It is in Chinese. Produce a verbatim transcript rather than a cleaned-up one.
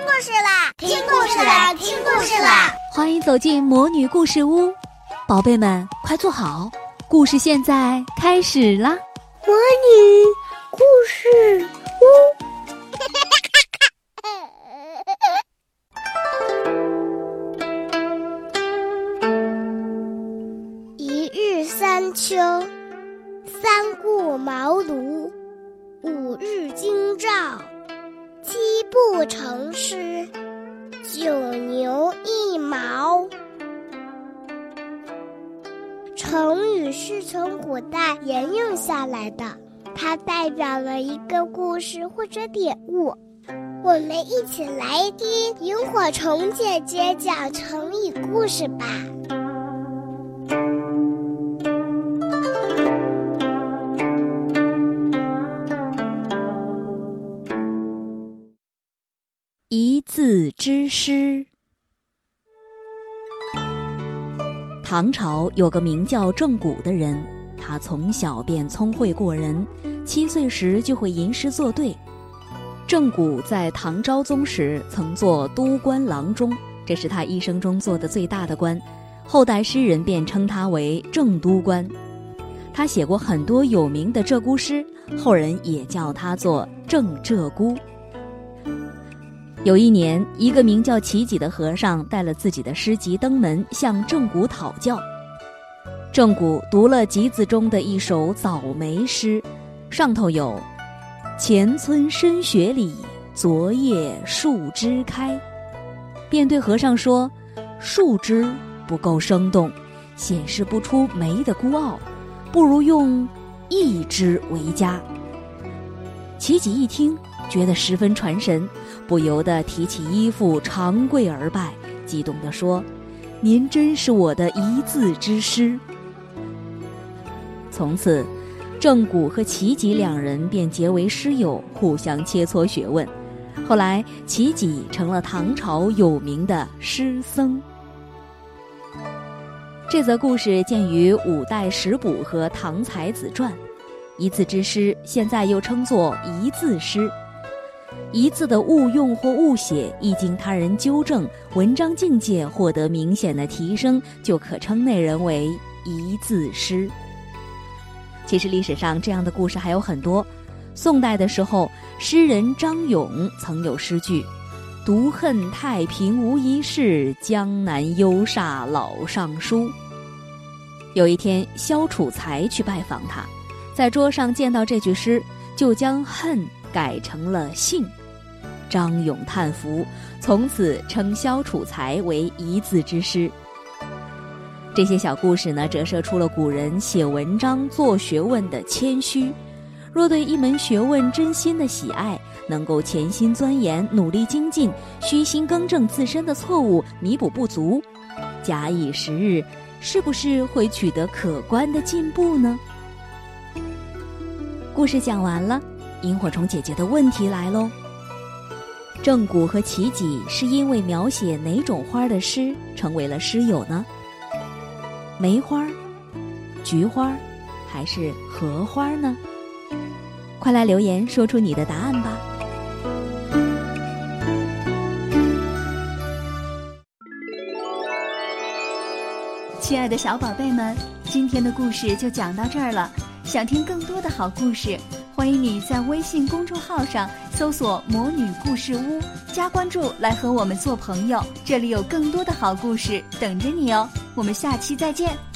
故事啦！听故事啦！听故事啦！ 欢迎走进魔女故事屋，宝贝们快坐好，故事现在开始啦！ 魔女故事屋。一日三秋，三顾茅庐，五日京兆，七步成诗，九牛一毛。成语是从古代沿用下来的，它代表了一个故事或者典故。我们一起来听萤火虫姐姐讲成语故事吧。 一字之诗。唐朝有个名叫郑谷的人，他从小便聪慧过人，七岁时就会吟诗作对。郑谷在唐昭宗时曾做都官郎中，这是他一生中做的最大的官，后代诗人便称他为郑都官。他写过很多有名的鹧鸪诗，后人也叫他做郑鹧鸪。有一年，一个名叫齐己的和尚带了自己的诗集登门，向郑谷讨教。郑谷读了集子中的一首早梅诗，上头有前村深雪里，昨夜树枝开，便对和尚说，树枝不够生动，显示不出梅的孤傲，不如用一枝为佳。齐己一听，觉得十分传神，不由得提起衣服长跪而拜，激动地说，您真是我的一字之师。从此郑谷和齐己两人便结为师友，互相切磋学问。后来齐己成了唐朝有名的诗僧。这则故事见于五代十补和唐才子传。一字之诗现在又称作一字诗，一字的误用或误写，一经他人纠正，文章境界获得明显的提升，就可称内人为一字诗。其实历史上这样的故事还有很多。宋代的时候，诗人张勇曾有诗句，独恨太平无一事，江南忧煞老尚书。有一天，萧楚才去拜访他，在桌上见到这句诗，就将恨改成了幸。张勇叹服，从此称萧楚才为一字之师。这些小故事呢，折射出了古人写文章做学问的谦虚。若对一门学问真心的喜爱，能够潜心钻研，努力精进，虚心更正自身的错误，弥补不足，假以时日，是不是会取得可观的进步呢？故事讲完了，萤火虫姐姐的问题来喽。郑谷和齐己是因为描写哪种花的诗成为了诗友呢？梅花、菊花还是荷花呢？快来留言说出你的答案吧。 亲爱的小宝贝们，今天的故事就讲到这儿了。想听更多的好故事，欢迎你在微信公众号上搜索魔女故事屋，加关注来和我们做朋友，这里有更多的好故事等着你哦。我们下期再见。